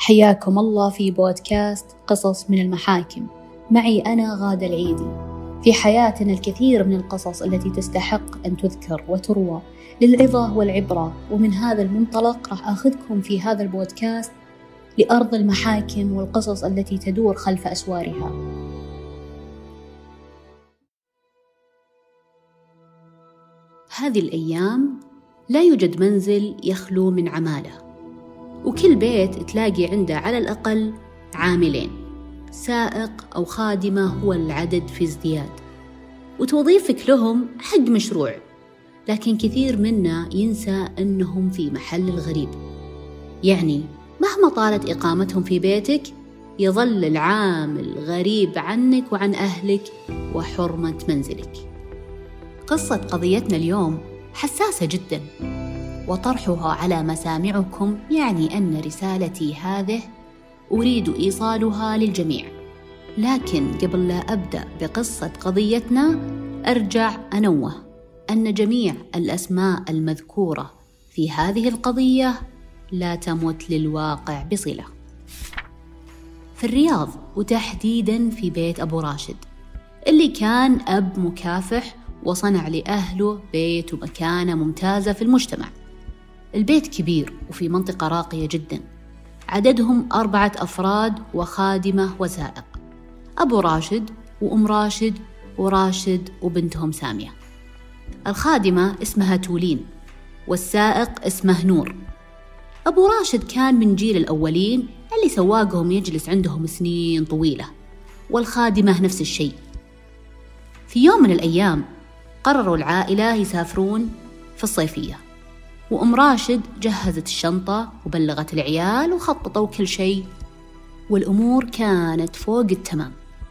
حياكم الله في بودكاست قصص من المحاكم. معي أنا غادة العيدي. في حياتنا الكثير من القصص التي تستحق أن تذكر وتروى للعظة والعبرة، ومن هذا المنطلق راح أخذكم في هذا البودكاست لأرض المحاكم والقصص التي تدور خلف أسوارها. هذه الأيام لا يوجد منزل يخلو من عمالة، وكل بيت تلاقي عنده على الأقل عاملين، سائق أو خادمة هو العدد في ازدياد، وتوظيفك لهم حق مشروع. لكن كثير منا ينسى أنهم في محل الغريب، يعني مهما طالت إقامتهم في بيتك يظل العامل غريب عنك وعن أهلك وحرمة منزلك. قصة قضيتنا اليوم حساسة جدا، وطرحها على مسامعكم يعني أن رسالتي هذه أريد إيصالها للجميع. لكن قبل لا أبدأ بقصة قضيتنا أرجع أنوه أن جميع الأسماء المذكورة في هذه القضية لا تمت للواقع بصلة. في الرياض، وتحديدا في بيت أبو راشد اللي كان أب مكافح وصنع لأهله بيت ومكانة ممتازة في المجتمع. البيت كبير وفي منطقة راقية جدا، عددهم 4 أفراد وخادمة وسائق، أبو راشد وأم راشد وراشد وبنتهم سامية. الخادمة اسمها تولين والسائق اسمه نور. أبو راشد كان من جيل الأولين اللي سواقهم يجلس عندهم سنين طويلة، والخادمة نفس الشيء. في يوم من الأيام قرروا العائلة يسافرون في الصيفية، وأم راشد جهزت الشنطة وبلغت العيال وخططوا كل شيء، والأمور كانت فوق التمام.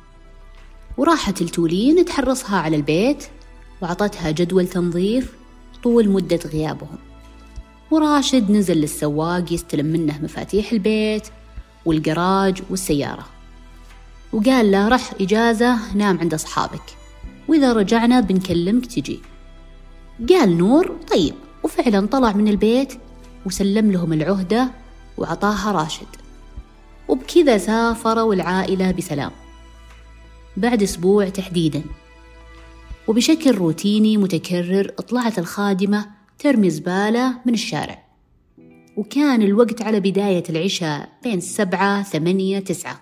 وراحت التولين تحرصها على البيت وعطتها جدول تنظيف طول مدة غيابهم، وراشد نزل للسواق يستلم منه مفاتيح البيت والجراج والسيارة، وقال له رح إجازة نام عند أصحابك، وإذا رجعنا بنكلمك تجي. قال نور طيب، وفعلا طلع من البيت وسلم لهم العهدة وعطاها راشد، وبكذا سافروا العائلة بسلام. بعد أسبوع تحديدا وبشكل روتيني متكرر طلعت الخادمة ترمي زبالة من الشارع، وكان الوقت على بداية العشاء بين 7 8 9.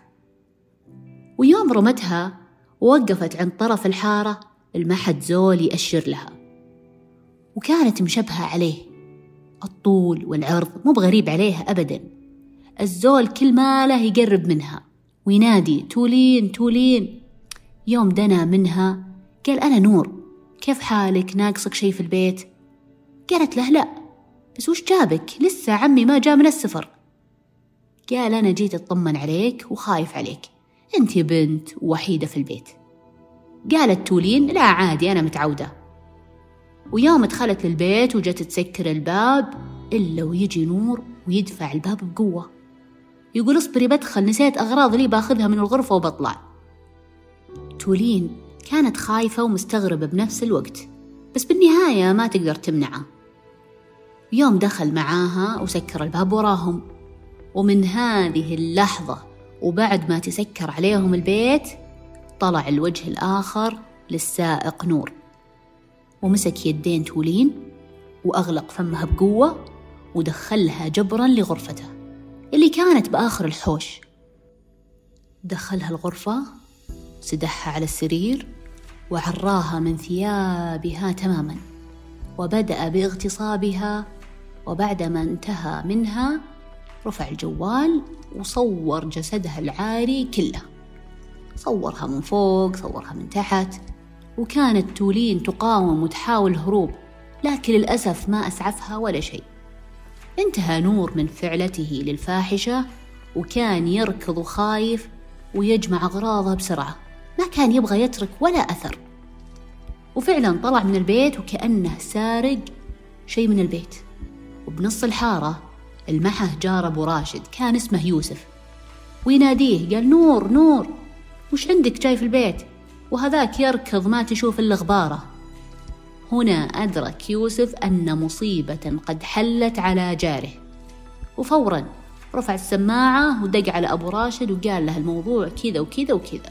ويوم رمتها ووقفت عند طرف الحارة المحد زول يأشر لها، وكانت مشبهة عليه، الطول والعرض مو بغريب عليها أبدا. الزول كل ما له يقرب منها وينادي تولين تولين. يوم دنا منها قال أنا نور، كيف حالك؟ ناقصك شي في البيت؟ قالت له لا، بس وش جابك؟ لسه عمي ما جاء من السفر. قال أنا جيت أطمن عليك وخايف عليك، أنت بنت وحيدة في البيت. قالت تولين لا عادي أنا متعودة. ويوم دخلت للبيت وجت تسكر الباب إلا ويجي نور ويدفع الباب بقوة، يقول اصبري بدخل، نسيت أغراض لي باخذها من الغرفة وبطلع. تولين كانت خايفة ومستغربة بنفس الوقت، بس بالنهاية ما تقدر تمنعه. يوم دخل معاها وسكر الباب وراهم، ومن هذه اللحظة وبعد ما تسكر عليهم البيت طلع الوجه الآخر للسائق نور، ومسك يدين تولين وأغلق فمها بقوة ودخلها جبرا لغرفته اللي كانت بآخر الحوش. دخلها الغرفة، سدحها على السرير وعراها من ثيابها تماما، وبدأ باغتصابها. وبعدما انتهى منها رفع الجوال وصور جسدها العاري كله، صورها من فوق صورها من تحت. وكانت تولين تقاوم وتحاول هروب، لكن للأسف ما أسعفها ولا شيء. انتهى نور من فعلته للفاحشة، وكان يركض خايف ويجمع أغراضه بسرعة، ما كان يبغى يترك ولا أثر. وفعلا طلع من البيت وكأنه سارق شيء من البيت. وبنص الحارة المحه جار أبو راشد كان اسمه يوسف، ويناديه قال نور نور وش عندك جاي في البيت؟ وهذاك يركض ما تشوف إلا غبارة. هنا أدرك يوسف أن مصيبة قد حلت على جاره، وفورا رفع السماعة ودق على أبو راشد وقال له الموضوع كذا وكذا وكذا.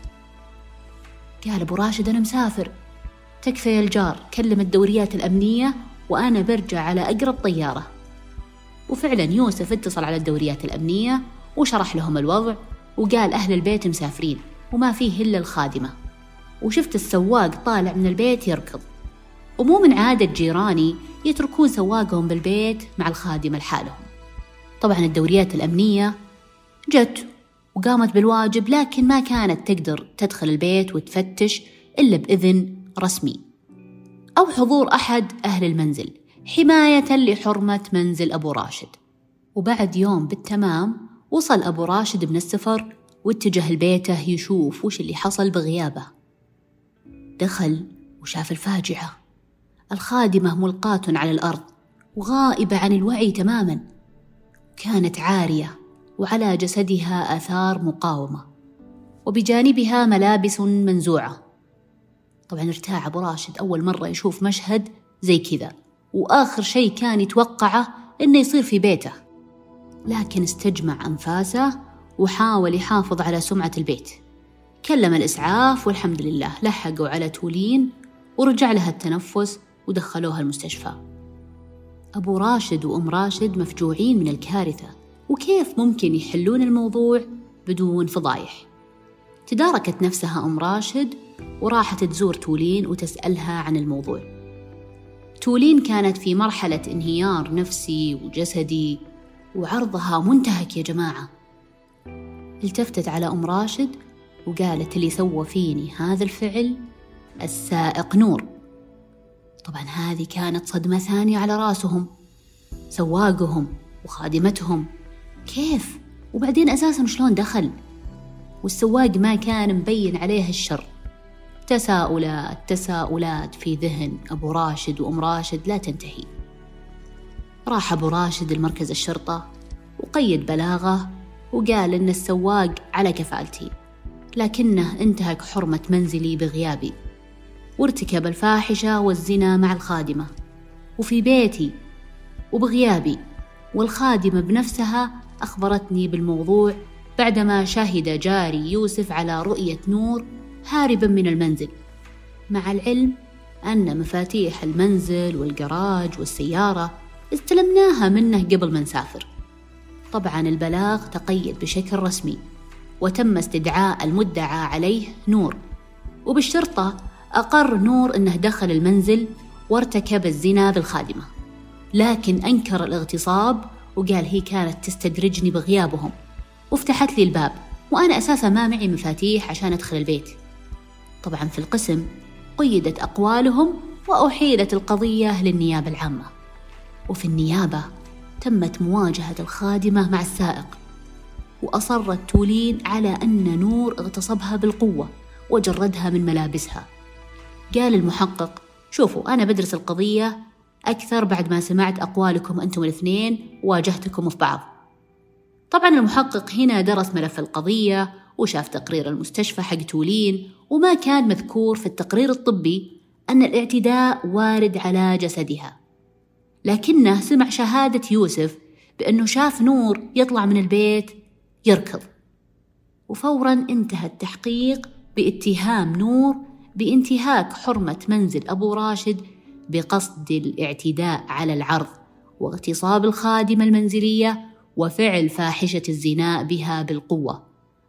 قال أبو راشد أنا مسافر، تكفى يا الجار، كلم الدوريات الأمنية وأنا برجع على أقرب طيارة. وفعلا يوسف اتصل على الدوريات الأمنية وشرح لهم الوضع، وقال أهل البيت مسافرين وما فيه إلا الخادمة، وشفت السواق طالع من البيت يركض، ومو من عادة جيراني يتركون سواقهم بالبيت مع الخادمة لحالهم. طبعا الدوريات الأمنية جت وقامت بالواجب، لكن ما كانت تقدر تدخل البيت وتفتش إلا بإذن رسمي أو حضور أحد أهل المنزل حماية لحرمة منزل أبو راشد. وبعد يوم بالتمام وصل أبو راشد من السفر واتجه لبيته يشوف وش اللي حصل بغيابه. دخل وشاف الفاجعة، الخادمة ملقاة على الأرض وغائبة عن الوعي تماما، كانت عارية وعلى جسدها آثار مقاومة وبجانبها ملابس منزوعة. طبعا ارتاع أبو راشد، أول مرة يشوف مشهد زي كذا، وآخر شيء كان يتوقعه إنه يصير في بيته، لكن استجمع أنفاسه وحاول يحافظ على سمعة البيت. كلم الإسعاف والحمد لله لحقوا على تولين ورجع لها التنفس ودخلوها المستشفى. أبو راشد وأم راشد مفجوعين من الكارثة، وكيف ممكن يحلون الموضوع بدون فضايح. تداركت نفسها أم راشد وراحت تزور تولين وتسألها عن الموضوع. تولين كانت في مرحلة انهيار نفسي وجسدي وعرضها منتهك يا جماعة. التفتت على أم راشد وقالت اللي سوى فيني هذا الفعل السائق نور. طبعا هذه كانت صدمة ثانية على راسهم، سواقهم وخادمتهم كيف؟ وبعدين أساساً شلون دخل؟ والسواق ما كان مبين عليه الشر. تساؤلات في ذهن أبو راشد وأم راشد لا تنتهي. راح أبو راشد المركز الشرطة وقيد بلاغه وقال إن السواق على كفالتي، لكنه انتهك حرمة منزلي بغيابي وارتكب الفاحشة والزنا مع الخادمة وفي بيتي وبغيابي، والخادمة بنفسها أخبرتني بالموضوع بعدما شهد جاري يوسف على رؤية نور هاربا من المنزل، مع العلم أن مفاتيح المنزل والجراج والسيارة استلمناها منه قبل ما نسافر. طبعا البلاغ تقيد بشكل رسمي وتم استدعاء المدعى عليه نور، وبالشرطة أقر نور أنه دخل المنزل وارتكب الزنا بالخادمة، لكن أنكر الاغتصاب وقال هي كانت تستدرجني بغيابهم وفتحت لي الباب وأنا أساسا ما معي مفاتيح عشان أدخل البيت. طبعا في القسم قيدت أقوالهم وأحيلت القضية للنيابة العامة، وفي النيابة تمت مواجهة الخادمة مع السائق، وأصرت تولين على أن نور اغتصبها بالقوة وجردها من ملابسها. قال المحقق شوفوا أنا بدرس القضية أكثر بعد ما سمعت أقوالكم أنتم الاثنين واجهتكم في بعض. طبعا المحقق هنا درس ملف القضية وشاف تقرير المستشفى حق تولين، وما كان مذكور في التقرير الطبي أن الاعتداء وارد على جسدها، لكنه سمع شهادة يوسف بأنه شاف نور يطلع من البيت يركض. وفورا انتهى التحقيق باتهام نور بانتهاك حرمة منزل أبو راشد بقصد الاعتداء على العرض واغتصاب الخادمة المنزلية وفعل فاحشة الزنا بها بالقوة،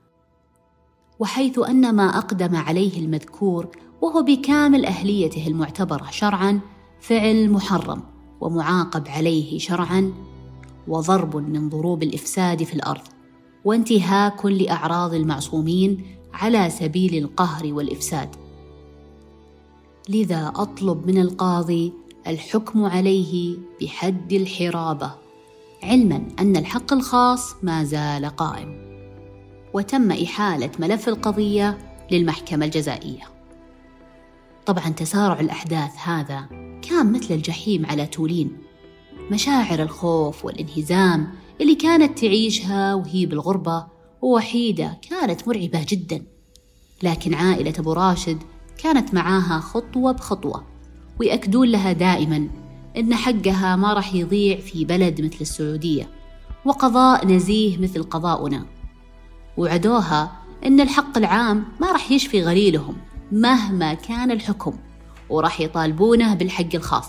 وحيث أن ما أقدم عليه المذكور وهو بكامل أهليته المعتبرة شرعا فعل محرم ومعاقب عليه شرعا، وضرب من ضروب الإفساد في الأرض وانتهاك لأعراض المعصومين على سبيل القهر والإفساد. لذا أطلب من القاضي الحكم عليه بحد الحرابة، علما أن الحق الخاص ما زال قائم. وتم إحالة ملف القضية للمحكمة الجزائية. طبعا تسارع الأحداث هذا كان مثل الجحيم على تولين، مشاعر الخوف والانهزام اللي كانت تعيشها وهي بالغربة ووحيدة كانت مرعبة جدا، لكن عائلة أبو راشد كانت معاها خطوة بخطوة ويأكدون لها دائما إن حقها ما راح يضيع في بلد مثل السعودية، وقضاء نزيه مثل قضاؤنا، وعدوها إن الحق العام ما رح يشفي غليلهم مهما كان الحكم، ورح يطالبونه بالحق الخاص.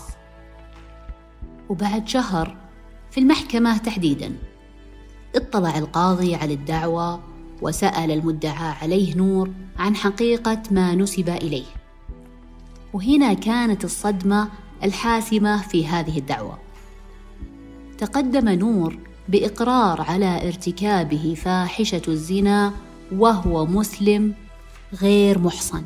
وبعد شهر في المحكمة تحديداً اطلع القاضي على الدعوة وسأل المدعى عليه نور عن حقيقة ما نسب إليه. وهنا كانت الصدمة الحاسمة في هذه الدعوة. تقدم نور بإقرار على ارتكابه فاحشة الزنا وهو مسلم غير محصن،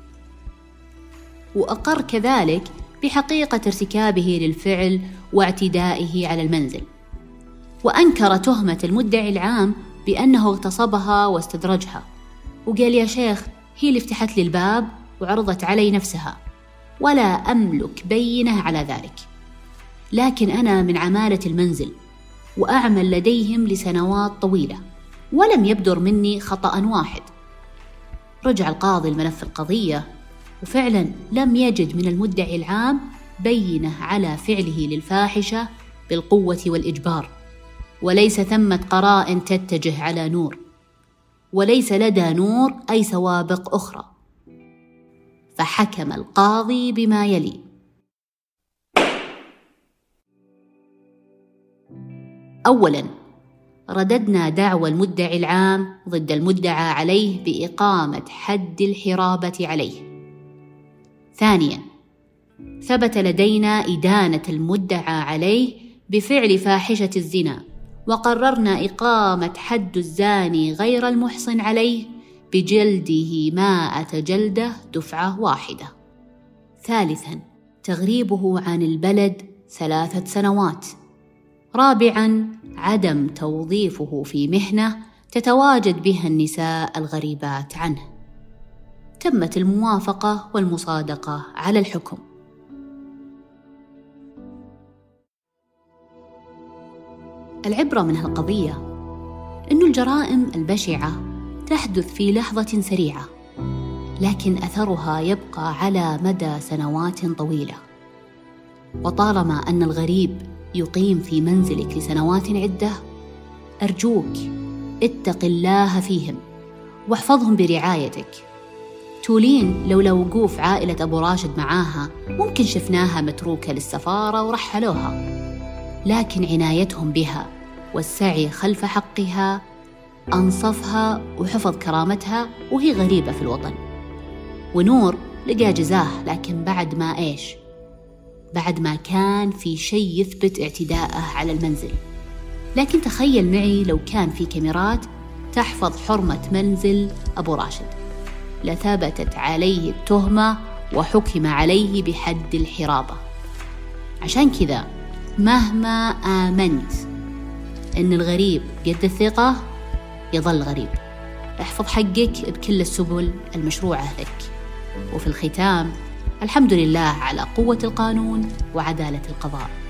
وأقر كذلك بحقيقة ارتكابه للفعل واعتدائه على المنزل، وأنكر تهمة المدعي العام بأنه اغتصبها واستدرجها، وقال: يا شيخ، هي اللي فتحت لي الباب وعرضت علي نفسها، ولا أملك بينة على ذلك، لكن أنا من عمالة المنزل وأعمل لديهم لسنوات طويلة، ولم يبدر مني خطأ واحد. رجع القاضي الملف القضية، وفعلا لم يجد من المدعي العام بينة على فعله للفاحشة بالقوة والإجبار، وليس ثمة قرائن تتجه على نور، وليس لدى نور أي سوابق أخرى. فحكم القاضي بما يلي: أولاً، رددنا دعوى المدعي العام ضد المدعى عليه بإقامة حد الحرابة عليه. ثانياً، ثبت لدينا إدانة المدعى عليه بفعل فاحشة الزنا، وقررنا إقامة حد الزاني غير المحصن عليه بجلده 100 جلدة دفعة واحدة. ثالثاً، تغريبه عن البلد 3 سنوات. رابعاً، عدم توظيفه في مهنة تتواجد بها النساء الغريبات عنه. تمت الموافقة والمصادقة على الحكم. العبرة من هالقضية أن الجرائم البشعة تحدث في لحظة سريعة، لكن أثرها يبقى على مدى سنوات طويلة. وطالما أن الغريب يقيم في منزلك لسنوات عدة، أرجوك اتق الله فيهم واحفظهم برعايتك. تولين لولا وقوف عائلة أبو راشد معاها ممكن شفناها متروكة للسفارة ورحلوها، لكن عنايتهم بها والسعي خلف حقها أنصفها وحفظ كرامتها وهي غريبة في الوطن. ونور لقى جزاه، لكن بعد ما إيش؟ بعد ما كان في شيء يثبت اعتداءه على المنزل. لكن تخيل معي لو كان في كاميرات تحفظ حرمة منزل أبو راشد، لثبتت عليه التهمة وحكم عليه بحد الحرابة. عشان كذا مهما آمنت إن الغريب قد الثقة، يظل غريب. احفظ حقك بكل السبل المشروعة لك. وفي الختام، الحمد لله على قوة القانون وعدالة القضاء.